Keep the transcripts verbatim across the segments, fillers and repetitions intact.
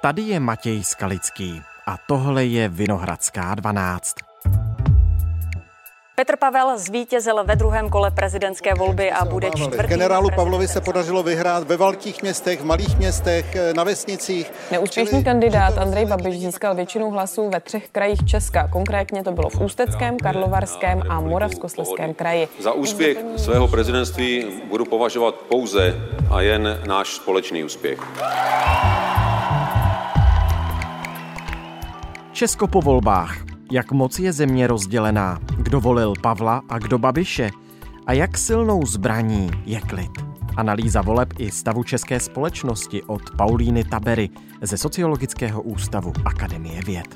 Tady je Matěj Skalický a tohle je Vinohradská dvanáct. Petr Pavel zvítězil ve druhém kole prezidentské volby a bude čtvrtým. Generálu Pavlovi se podařilo vyhrát ve velkých městech, v malých městech, na vesnicích. Neúspěšný čili... kandidát Andrej Babiš získal většinu hlasů ve třech krajích Česka. Konkrétně to bylo v Ústeckém, Karlovarském a Moravskoslezském kraji. Za úspěch svého prezidentství budu považovat pouze a jen náš společný úspěch. Česko po volbách. Jak moc je země rozdělená? Kdo volil Pavla a kdo Babiše? A jak silnou zbraní je klid? Analýza voleb i stavu české společnosti od Paulíny Tabery ze Sociologického ústavu Akademie věd.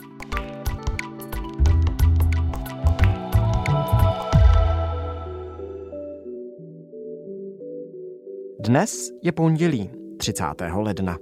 Dnes je pondělí, třicátého ledna.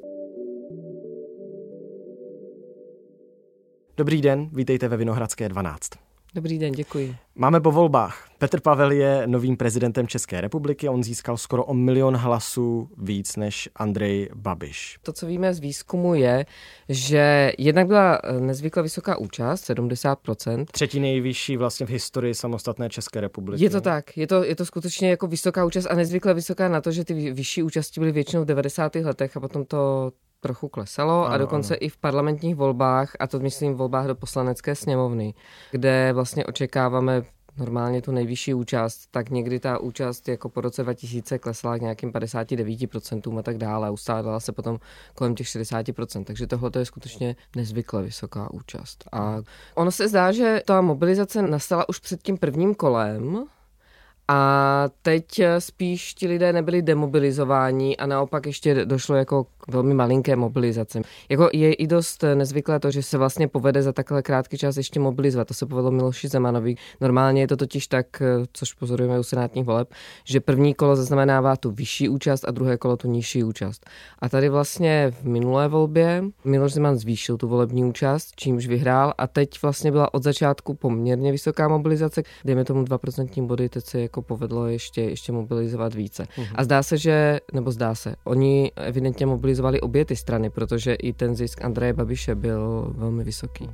Dobrý den, vítejte ve Vinohradské dvanáct. Dobrý den, děkuji. Máme po volbách. Petr Pavel je novým prezidentem České republiky. On získal skoro o milion hlasů víc než Andrej Babiš. To, co víme z výzkumu, je, že jednak byla nezvykle vysoká účast, sedmdesát procent. Třetí nejvyšší vlastně v historii samostatné České republiky. Je to tak. Je to, je to skutečně jako vysoká účast a nezvykle vysoká na to, že ty vyšší účasti byly většinou v devadesátých letech a potom to trochu klesalo ano, a dokonce ano. i v parlamentních volbách, a to myslím v volbách do Poslanecké sněmovny, kde vlastně očekáváme normálně tu nejvyšší účast, tak někdy ta účast jako po roce dva tisíce klesla k nějakým padesát devět procent a tak dále. Ustálila se potom kolem těch šedesát procent, takže tohle je skutečně nezvykle vysoká účast. A ono se zdá, že ta mobilizace nastala už před tím prvním kolem, a teď spíš ti lidé nebyli demobilizováni a naopak ještě došlo jako k velmi malinké mobilizaci. Jako je i dost nezvyklé to, že se vlastně povede za takhle krátký čas ještě mobilizovat. To se povedlo Miloši Zemanovi. Normálně je to totiž tak, což pozorujeme u senátních voleb, že první kolo zaznamenává tu vyšší účast a druhé kolo tu nižší účast. A tady vlastně v minulé volbě Miloš Zeman zvýšil tu volební účast, čímž vyhrál, a teď vlastně byla od začátku poměrně vysoká mobilizace. Dejme tomu dva procentní body, teď se jako povedlo ještě, ještě mobilizovat více. Uhum. A zdá se, že, nebo zdá se, oni evidentně mobilizovali obě ty strany, protože i ten zisk Andreje Babiše byl velmi vysoký.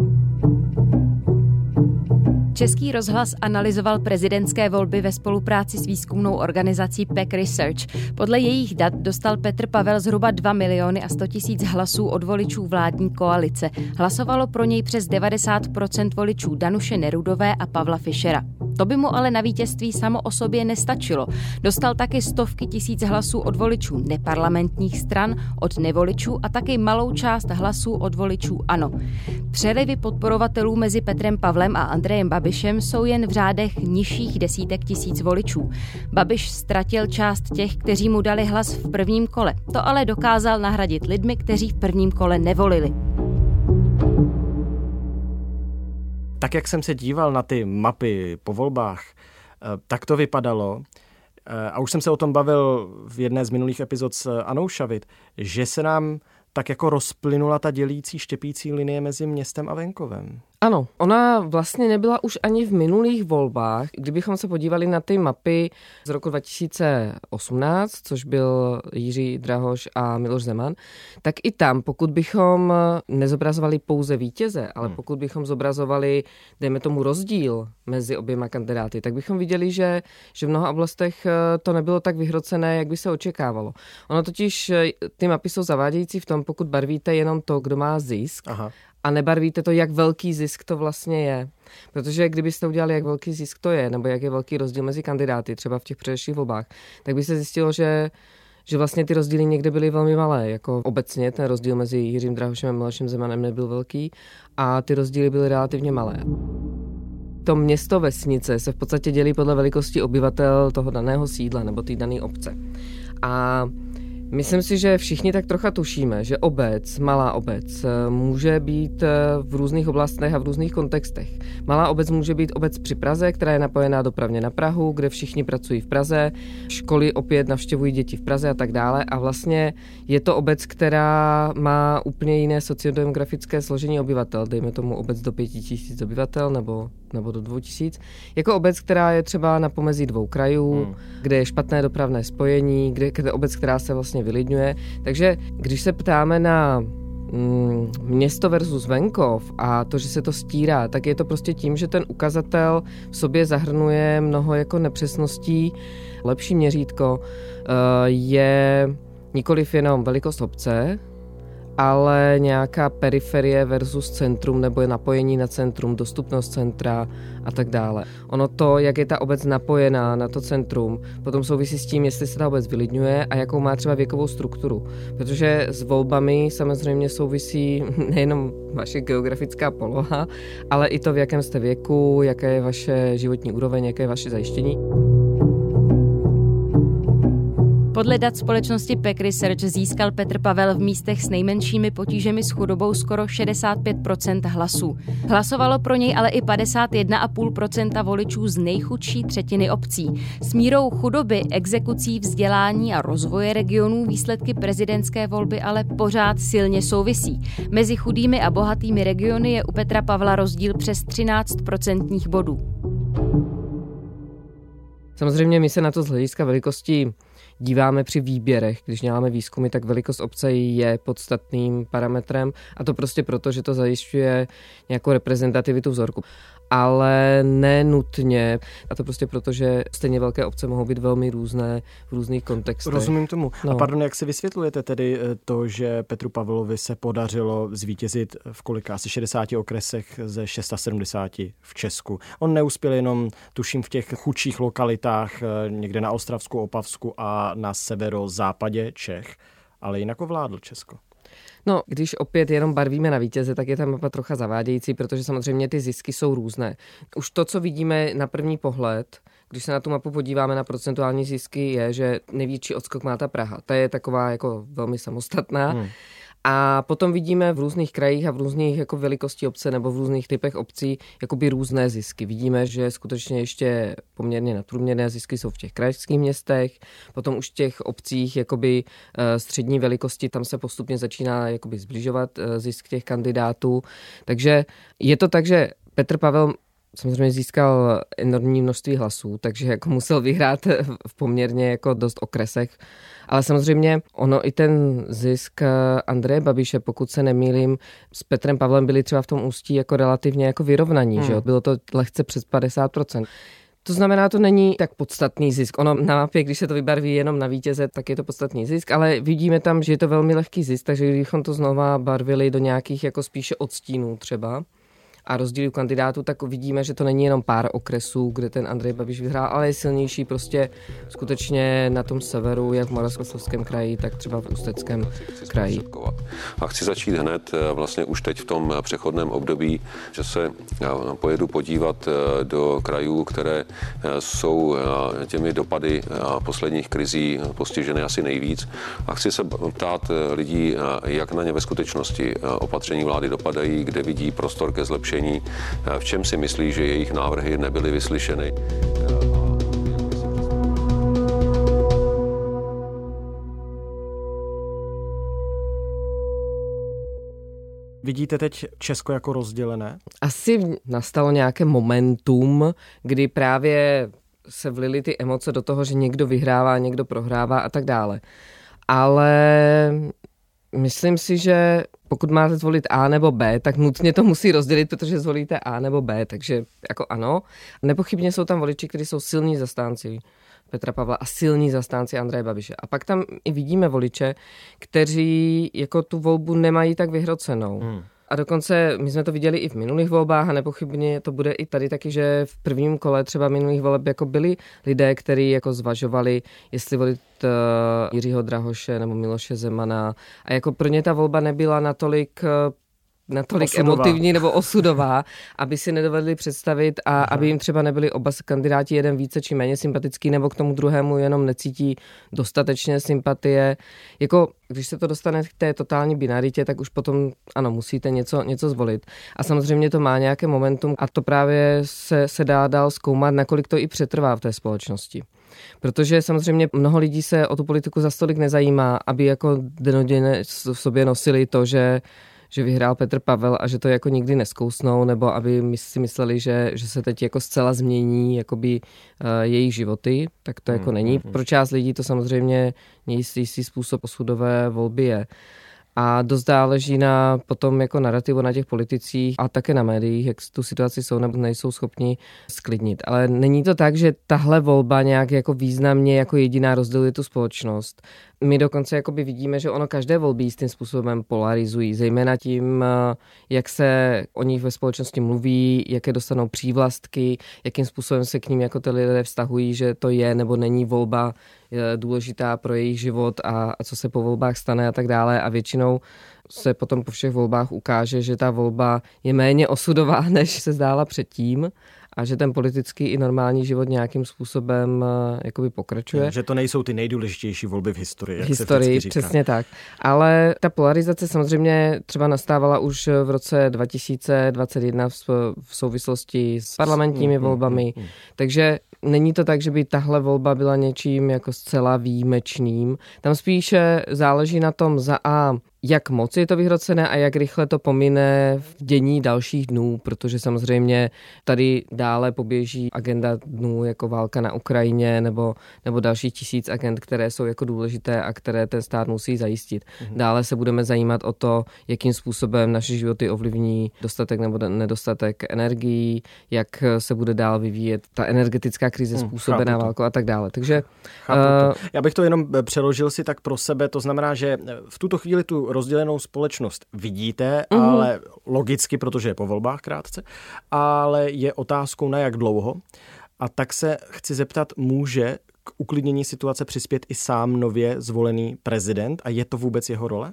Český rozhlas analyzoval prezidentské volby ve spolupráci s výzkumnou organizací P E C Research. Podle jejich dat dostal Petr Pavel zhruba dva miliony a sto tisíc hlasů od voličů vládní koalice. Hlasovalo pro něj přes devadesát procent voličů Danuše Nerudové a Pavla Fischera. To by mu ale na vítězství samo o sobě nestačilo. Dostal taky stovky tisíc hlasů od voličů neparlamentních stran, od nevoličů a taky malou část hlasů od voličů ANO. Přelivy podporovatelů mezi Petrem Pavlem a Andrejem Babišem jsou jen v řádech nižších desítek tisíc voličů. Babiš ztratil část těch, kteří mu dali hlas v prvním kole. To ale dokázal nahradit lidmi, kteří v prvním kole nevolili. Tak jak jsem se díval na ty mapy po volbách, tak to vypadalo, a už jsem se o tom bavil v jedné z minulých epizod s Anou Šavit, že se nám tak jako rozplynula ta dělící, štěpící linie mezi městem a venkovem. Ano, ona vlastně nebyla už ani v minulých volbách. Kdybychom se podívali na ty mapy z roku dva tisíce osmnáct, což byl Jiří Drahoš a Miloš Zeman, tak i tam, pokud bychom nezobrazovali pouze vítěze, ale pokud bychom zobrazovali, dejme tomu, rozdíl mezi oběma kandidáty, tak bychom viděli, že, že v mnoha oblastech to nebylo tak vyhrocené, jak by se očekávalo. Ono totiž, ty mapy jsou zavádějící v tom, pokud barvíte jenom to, kdo má zisk, Aha. a nebarvíte to, jak velký zisk to vlastně je. Protože kdybyste udělali, jak velký zisk to je, nebo jak je velký rozdíl mezi kandidáty, třeba v těch předešlých volbách, tak by se zjistilo, že, že vlastně ty rozdíly někde byly velmi malé. Jako obecně ten rozdíl mezi Jiřím Drahošem a Milošem Zemanem nebyl velký a ty rozdíly byly relativně malé. To město, vesnice se v podstatě dělí podle velikosti obyvatel toho daného sídla nebo té dané obce. A myslím si, že všichni tak trocha tušíme, že obec, malá obec, může být v různých oblastech a v různých kontextech. Malá obec může být obec při Praze, která je napojená dopravně na Prahu, kde všichni pracují v Praze, školy opět navštěvují děti v Praze a tak dále. A vlastně je to obec, která má úplně jiné sociodemografické složení obyvatel. Dejme tomu obec do pěti tisíc obyvatel nebo, nebo do dvou tisíc. Jako obec, která je třeba na pomezí dvou krajů, hmm. kde je špatné dopravné spojení, kde, kde obec, která se vlastně vylidňuje. Takže když se ptáme na mm, město versus venkov a to, že se to stírá, tak je to prostě tím, že ten ukazatel v sobě zahrnuje mnoho jako nepřesností. Lepší měřítko je nikoliv jenom velikost obce, ale nějaká periferie versus centrum nebo je napojení na centrum, dostupnost centra a tak dále. Ono to, jak je ta obec napojená na to centrum, potom souvisí s tím, jestli se ta obec vylidňuje a jakou má třeba věkovou strukturu. Protože s volbami samozřejmě souvisí nejenom vaše geografická poloha, ale i to, v jakém jste věku, jaké je vaše životní úroveň, jaké je vaše zajištění. Podle dat společnosti P E C Research získal Petr Pavel v místech s nejmenšími potížemi s chudobou skoro šedesát pět procent hlasů. Hlasovalo pro něj ale i padesát jedna celá pět procenta voličů z nejchudší třetiny obcí. S mírou chudoby, exekucí, vzdělání a rozvoje regionů výsledky prezidentské volby ale pořád silně souvisí. Mezi chudými a bohatými regiony je u Petra Pavla rozdíl přes třináct procentních bodů. Samozřejmě my se na to z hlediska velikosti díváme při výběrech. Když děláme výzkumy, tak velikost obce je podstatným parametrem a to prostě proto, že to zajišťuje nějakou reprezentativitu vzorku. Ale ne nutně. A to prostě proto, že stejně velké obce mohou být velmi různé v různých kontextech. Rozumím tomu. No. A pardon, jak si vysvětlujete tedy to, že Petru Pavlovi se podařilo zvítězit v kolika asi šedesáti okresech ze sedmdesáti šesti v Česku? On neuspěl jenom, tuším, v těch chudších lokalitách někde na Ostravsku, Opavsku a na severozápadě Čech, ale jinak ovládl Česko. No, když opět jenom barvíme na vítěze, tak je ta mapa trocha zavádějící, protože samozřejmě ty zisky jsou různé. Už to, co vidíme na první pohled, když se na tu mapu podíváme na procentuální zisky, je, že největší odskok má ta Praha. Ta je taková jako velmi samostatná. Hmm. A potom vidíme v různých krajích a v různých jako velikosti obce nebo v různých typech obcí jakoby různé zisky. Vidíme, že skutečně ještě poměrně nadprůměrné zisky jsou v těch krajských městech, potom už v těch obcích jakoby střední velikosti, tam se postupně začíná jakoby zbližovat zisk těch kandidátů. Takže je to tak, že Petr Pavel samozřejmě získal enormní množství hlasů, takže jako musel vyhrát v poměrně jako dost okresech. Ale samozřejmě ono i ten zisk Andreje Babiše, pokud se nemýlím, s Petrem Pavlem byli třeba v tom Ústí jako relativně jako vyrovnaní, hmm. že jo? Bylo to lehce přes padesát procent. To znamená, to není tak podstatný zisk. Ono na mapě, když se to vybarví jenom na vítěze, tak je to podstatný zisk, ale vidíme tam, že je to velmi lehký zisk, takže kdybychom to znova barvili do nějakých jako spíše odstínů třeba, a rozdíly kandidátů, tak vidíme, že to není jenom pár okresů, kde ten Andrej Babiš vyhrál, ale je silnější prostě skutečně na tom severu, jak v Moravskoslezském kraji, tak třeba v Ústeckém kraji. A chci začít hned vlastně už teď v tom přechodném období, že se pojedu podívat do krajů, které jsou těmi dopady posledních krizí postiženy asi nejvíc. A chci se ptát lidí, jak na ně ve skutečnosti opatření vlády dopadají, kde vidí prostor ke zlepšení, v čem si myslí, že jejich návrhy nebyly vyslyšeny. Vidíte teď Česko jako rozdělené? Asi nastalo nějaké momentum, kdy právě se vlily ty emoce do toho, že někdo vyhrává, někdo prohrává a tak dále. Ale myslím si, že pokud máte zvolit A nebo B, tak nutně to musí rozdělit, protože zvolíte A nebo B, takže jako ano. Nepochybně jsou tam voliči, kteří jsou silní zastánci Petra Pavla a silní zastánci Andreje Babiše. A pak tam i vidíme voliče, kteří jako tu volbu nemají tak vyhrocenou. Hmm. A dokonce my jsme to viděli i v minulých volbách a nepochybně to bude i tady taky, že v prvním kole třeba minulých voleb jako byli lidé, kteří jako zvažovali, jestli volit uh, Jiřího Drahoše nebo Miloše Zemana. A jako pro ně ta volba nebyla natolik uh, natolik osudová. emotivní nebo osudová, aby si nedovedli představit a Aha. aby jim třeba nebyli oba kandidáti jeden více či méně sympatický, nebo k tomu druhému jenom necítí dostatečně sympatie. Jako, když se to dostane k té totální binaritě, tak už potom, ano, musíte něco, něco zvolit. A samozřejmě to má nějaké momentum a to právě se, se dá dál zkoumat, nakolik to i přetrvá v té společnosti. Protože samozřejmě mnoho lidí se o tu politiku za stolik nezajímá, aby jako dennodenně v sobě nosili to, že že vyhrál Petr Pavel a že to jako nikdy neskousnou, nebo aby si mysleli, že, že se teď jako zcela změní jakoby uh, jejich životy, tak to jako hmm, není. Hmm. Pro část lidí to samozřejmě nejistý způsob osudové volby je. A dost záleží na potom jako narrativu na těch politicích a také na médiích, jak tu situaci jsou nebo nejsou schopni sklidnit. Ale není to tak, že tahle volba nějak jako významně jako jediná rozděluje tu společnost. My dokonce jakoby vidíme, že ono každé volby jistým způsobem polarizují, zejména tím, jak se o nich ve společnosti mluví, jaké dostanou přívlastky, jakým způsobem se k ním jako ty lidé vztahují, že to je nebo není volba důležitá pro jejich život a, a co se po volbách stane a tak dále. A většinou se potom po všech volbách ukáže, že ta volba je méně osudová, než se zdála předtím a že ten politický i normální život nějakým způsobem jakoby pokračuje. Že to nejsou ty nejdůležitější volby v historii. V historii, přesně tak. Ale ta polarizace samozřejmě třeba nastávala už v roce dva tisíce dvacet jedna v, v souvislosti s parlamentními volbami, takže není to tak, že by tahle volba byla něčím jako zcela výjimečným. Tam spíše záleží na tom za A, jak moc je to vyhrocené a jak rychle to pomine v dění dalších dnů, protože samozřejmě tady dále poběží agenda dnů jako válka na Ukrajině nebo, nebo dalších tisíc agend, které jsou jako důležité a které ten stát musí zajistit. Mhm. Dále se budeme zajímat o to, jakým způsobem naše životy ovlivní dostatek nebo nedostatek energií, jak se bude dál vyvíjet ta energetická krize způsobená válkou a tak dále. Takže uh, já bych to jenom přeložil si tak pro sebe, to znamená, že v tuto chvíli tu rozdělenou společnost vidíte, mm-hmm. ale logicky, protože je po volbách krátce, ale je otázkou na jak dlouho. A tak se chci zeptat, může k uklidnění situace přispět i sám nově zvolený prezident a je to vůbec jeho role?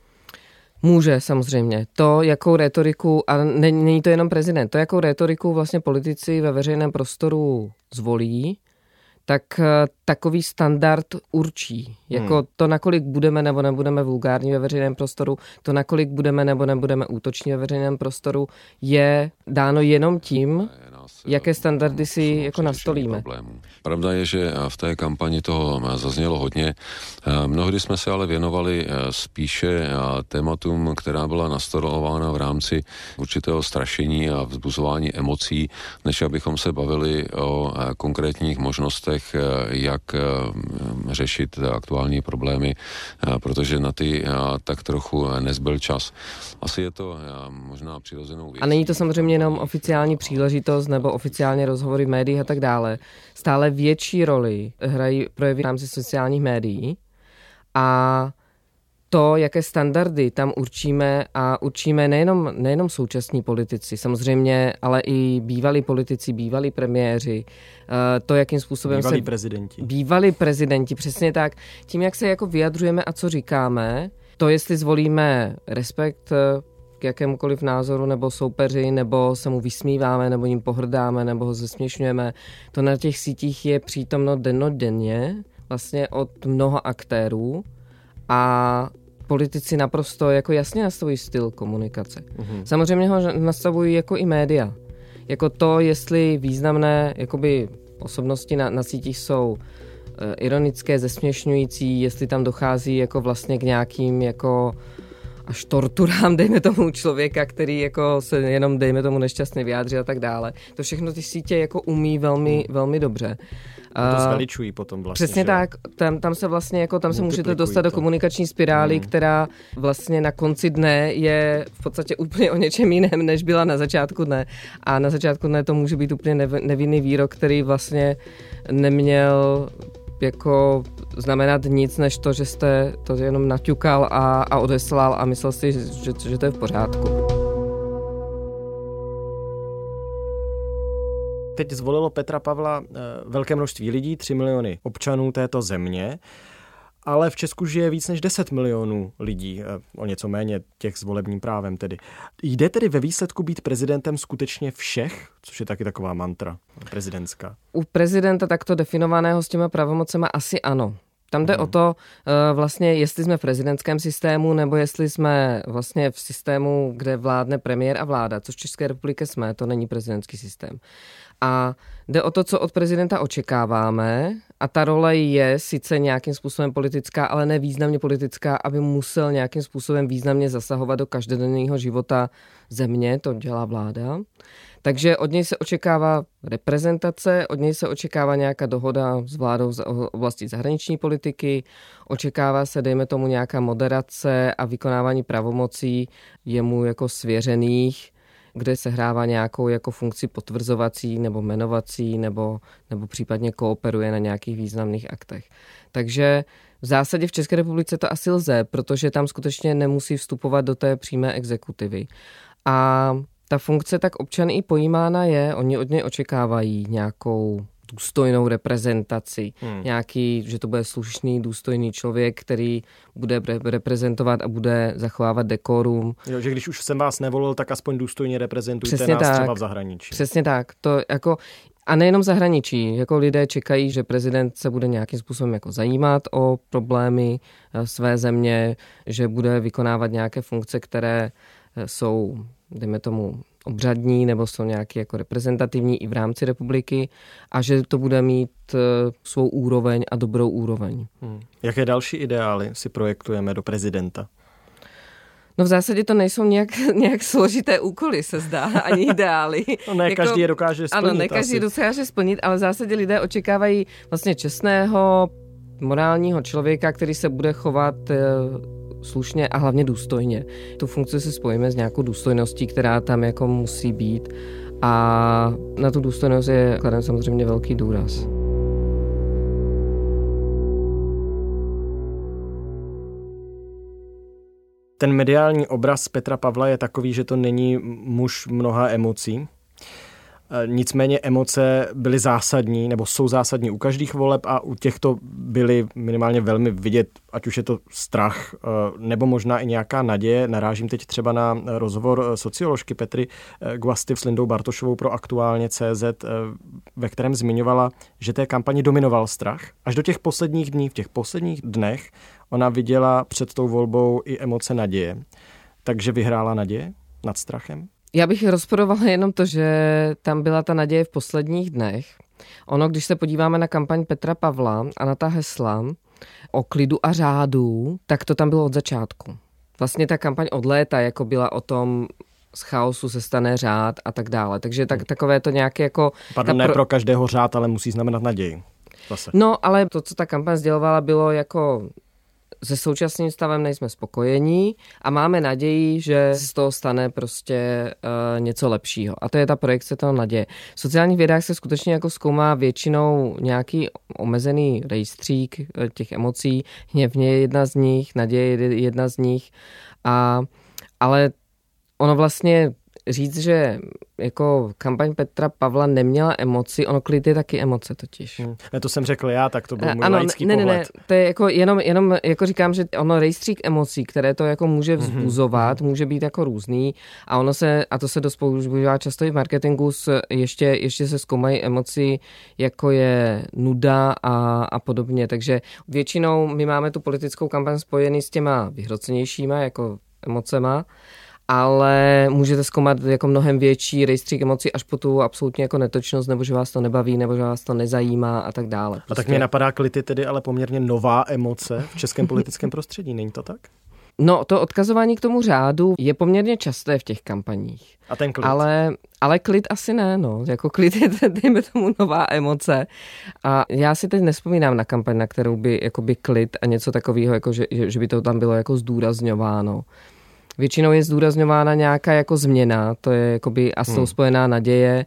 Může, samozřejmě. To, jakou rétoriku, a není to jenom prezident, to, jakou rétoriku vlastně politici ve veřejném prostoru zvolí, tak takový standard určí. Jako hmm. to, nakolik budeme nebo nebudeme vulgární ve veřejném prostoru, to, nakolik budeme nebo nebudeme útoční ve veřejném prostoru, je dáno jenom tím, jaké standardy si jako nastolíme. Pravda je, že v té kampani toho zaznělo hodně. Mnohdy jsme se ale věnovali spíše tématům, která byla nastolována v rámci určitého strašení a vzbuzování emocí, než abychom se bavili o konkrétních možnostech, jak řešit aktuální problémy, protože na ty tak trochu nezbyl čas. Asi je to možná přirozenou věcí. A není to samozřejmě jenom oficiální příležitost nebo oficiálně rozhovory v médiích a tak dále. Stále větší roli hrají projevy v rámci sociálních médií a to, jaké standardy tam určíme a určíme nejenom, nejenom současní politici, samozřejmě, ale i bývalí politici, bývalí premiéři, to, jakým způsobem bývalí se... prezidenti. Bývalí prezidenti, přesně tak. Tím, jak se jako vyjadřujeme a co říkáme, to, jestli zvolíme respekt k jakémukoliv názoru nebo soupeři, nebo se mu vysmíváme, nebo jim pohrdáme, nebo ho zesměšňujeme, to na těch sítích je přítomno dennodenně, vlastně od mnoha aktérů a politici naprosto jako jasně nastavují styl komunikace. Mm-hmm. Samozřejmě ho nastavují jako i média. Jako to, jestli významné jakoby osobnosti na, na sítích jsou e, ironické, zesměšňující, jestli tam dochází jako vlastně k nějakým jako až torturám, dejme tomu člověka, který jako se jenom, dejme tomu, nešťastně vyjádří a tak dále. To všechno ty sítě jako umí velmi, velmi dobře. A to zveličují potom vlastně. Přesně že? tak, tam, tam se vlastně jako, tam se můžete dostat to. do komunikační spirály, hmm. která vlastně na konci dne je v podstatě úplně o něčem jiném, než byla na začátku dne. A na začátku dne to může být úplně nev, nevinný výrok, který vlastně neměl jako znamenat nic, než to, že jste to jenom naťukal a, a odeslal a myslel si, že, že to je v pořádku. Teď zvolilo Petra Pavla velké množství lidí, tři miliony občanů této země, ale v Česku žije víc než deset milionů lidí, o něco méně těch s volebním právem tedy. Jde tedy ve výsledku být prezidentem skutečně všech, což je taky taková mantra prezidentská? U prezidenta takto definovaného s těma pravomocema asi ano. Tam jde hmm. o to vlastně, jestli jsme v prezidentském systému, nebo jestli jsme vlastně v systému, kde vládne premiér a vláda, což v České republice jsme, to není prezidentský systém. A jde o to, co od prezidenta očekáváme, a ta role je sice nějakým způsobem politická, ale ne významně politická, aby musel nějakým způsobem významně zasahovat do každodenního života země, to dělá vláda. Takže od něj se očekává reprezentace, od něj se očekává nějaká dohoda s vládou z oblasti zahraniční politiky, očekává se, dejme tomu, nějaká moderace a vykonávání pravomocí jemu jako svěřených, kde se hrává nějakou jako funkci potvrzovací nebo jmenovací nebo, nebo případně kooperuje na nějakých významných aktech. Takže v zásadě v České republice to asi lze, protože tam skutečně nemusí vstupovat do té přímé exekutivy. A ta funkce tak občany i pojímána je, oni od něj očekávají nějakou důstojnou reprezentaci, hmm. nějaký, že to bude slušný, důstojný člověk, který bude reprezentovat a bude zachovávat dekorum. Jo, že když už jsem vás nevolil, tak aspoň důstojně reprezentujte Přesně nás tak. třeba v zahraničí. Přesně tak. To jako, a nejenom v zahraničí. Jako lidé čekají, že prezident se bude nějakým způsobem jako zajímat o problémy své země, že bude vykonávat nějaké funkce, které jsou, dejme tomu, obřadní nebo jsou nějaký jako reprezentativní i v rámci republiky a že to bude mít svou úroveň a dobrou úroveň. Hmm. Jaké další ideály si projektujeme do prezidenta? No v zásadě to nejsou nějak, nějak složité úkoly, se zdá, ani ideály. No ne, jako, každý je dokáže splnit. Ano, ne každý je dokáže splnit, ale v zásadě lidé očekávají vlastně čestného, morálního člověka, který se bude chovat slušně a hlavně důstojně. Tu funkci si spojíme s nějakou důstojností, která tam jako musí být a na tu důstojnost je kladen samozřejmě velký důraz. Ten mediální obraz Petra Pavla je takový, že to není muž mnoha emocí. Nicméně emoce byly zásadní, nebo jsou zásadní u každých voleb a u těchto byly minimálně velmi vidět, ať už je to strach, nebo možná i nějaká naděje. Narážím teď třeba na rozhovor socioložky Petry Guasty s Lindou Bartošovou pro Aktuálně tečka cé zet, ve kterém zmiňovala, že té kampani dominoval strach. Až do těch posledních dní, v těch posledních dnech, ona viděla před tou volbou i emoce naděje. Takže vyhrála naděje nad strachem? Já bych rozporovala jenom to, že tam byla ta naděje v posledních dnech. Ono, když se podíváme na kampaň Petra Pavla a na ta hesla o klidu a řádu, tak to tam bylo od začátku. Vlastně ta kampaň od léta jako byla o tom, z chaosu se stane řád a tak dále. Takže tak, takové to nějaké jako... Pardon, ne pro... pro každého řád, ale musí znamenat naději. Zase. No, ale to, co ta kampaň sdělovala, bylo jako... Se současným stavem nejsme spokojení a máme naději, že z toho stane prostě uh, něco lepšího. A to je ta projekce toho naděje. V sociálních vědách se skutečně jako zkoumá většinou nějaký omezený rejstřík těch emocí. Hněvně je jedna z nich, naděje je jedna z nich. A, ale ono vlastně říct, že jako kampaň Petra Pavla neměla emoci, ono klid je taky emoce totiž. Hmm. Ne, to jsem řekl já, tak to byl můj ano, laický ne, pohled. Ne, ne, to je jako jenom, jenom jako říkám, že ono rejstřík emocí, které to jako může vzbuzovat, mm-hmm. může být jako různý a ono se, a to se dost používá často i v marketingu, ještě, ještě se zkoumají emoci, jako je nuda a, a podobně, takže většinou my máme tu politickou kampaň spojený s těma vyhrocenějšíma jako emocema, ale můžete zkoumat jako mnohem větší rejstřík emocí až po tu absolutně jako netočnost, nebo že vás to nebaví, nebo že vás to nezajímá a tak dále. Prostě... A tak mě napadá, klid je tedy ale poměrně nová emoce v českém politickém prostředí, není to tak? No, to odkazování k tomu řádu je poměrně časté v těch kampaních. A ten klid? Ale, ale klid asi ne, no. Jako klid je, dejme tomu, nová emoce. A já si teď nevzpomínám na kampaň, na kterou by jakoby klid a něco takového, jako že, že by to tam bylo jako zdůrazňováno. Většinou je zdůrazňována nějaká jako změna, to je jakoby a s tou hmm. spojená naděje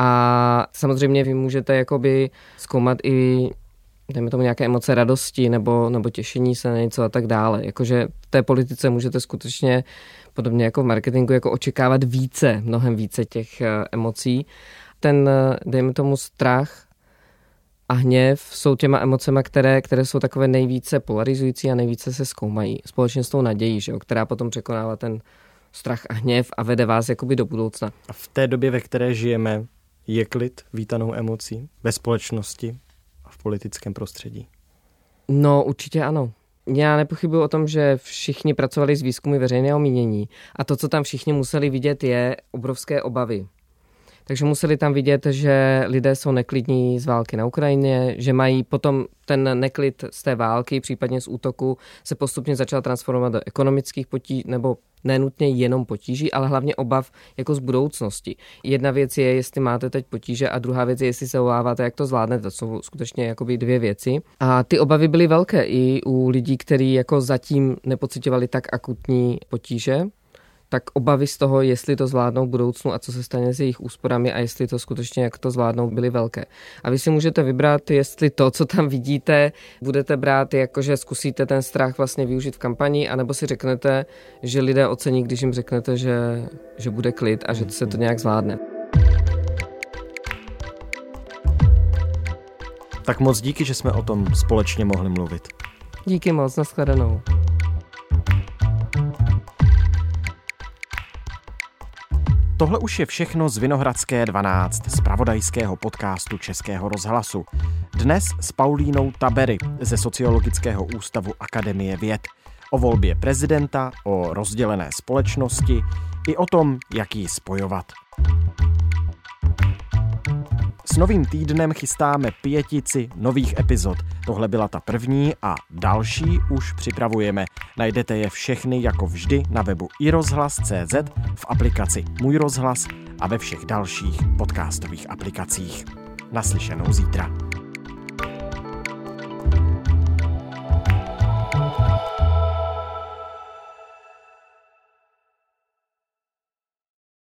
a samozřejmě vy můžete jakoby zkoumat i dejme tomu nějaké emoce radosti nebo, nebo těšení se na něco a tak dále. Jakože v té politice můžete skutečně podobně jako v marketingu jako očekávat více, mnohem více těch emocí. Ten, dejme tomu, strach a hněv jsou těma emocema, které, které jsou takové nejvíce polarizující a nejvíce se zkoumají. Společně s tou nadějí, že jo, která potom překonává ten strach a hněv a vede vás jakoby do budoucna. A v té době, ve které žijeme, je klid vítanou emocí ve společnosti a v politickém prostředí? No, určitě ano. Já nepochybuji o tom, že všichni pracovali s výzkumy veřejného mínění a to, co tam všichni museli vidět, je obrovské obavy. Takže museli tam vidět, že lidé jsou neklidní z války na Ukrajině, že mají potom ten neklid z té války, případně z útoku, se postupně začal transformovat do ekonomických potíží, nebo nenutně jenom potíží, ale hlavně obav jako z budoucnosti. Jedna věc je, jestli máte teď potíže, a druhá věc je, jestli se obáváte, jak to zvládnete. To jsou skutečně jakoby dvě věci. A ty obavy byly velké i u lidí, kteří jako zatím nepocitovali tak akutní potíže, tak obavy z toho, jestli to zvládnou v budoucnu a co se stane s jejich úsporami a jestli to skutečně, jak to zvládnou, byly velké. A vy si můžete vybrat, jestli to, co tam vidíte, budete brát, jakože zkusíte ten strach vlastně využít v kampani, anebo si řeknete, že lidé ocení, když jim řeknete, že, že bude klid a že se to nějak zvládne. Tak moc díky, že jsme o tom společně mohli mluvit. Díky moc, nashledanou. Tohle už je všechno z Vinohradské dvanáct, zpravodajského podcastu Českého rozhlasu. Dnes s Paulínou Tabery ze Sociologického ústavu Akademie věd. O volbě prezidenta, o rozdělené společnosti i o tom, jak ji spojovat. S novým týdnem chystáme pětici nových epizod. Tohle byla ta první a další už připravujeme. Najdete je všechny jako vždy na webu i rozhlas tečka cé zet, v aplikaci Můj rozhlas a ve všech dalších podcastových aplikacích. Naslyšenou zítra.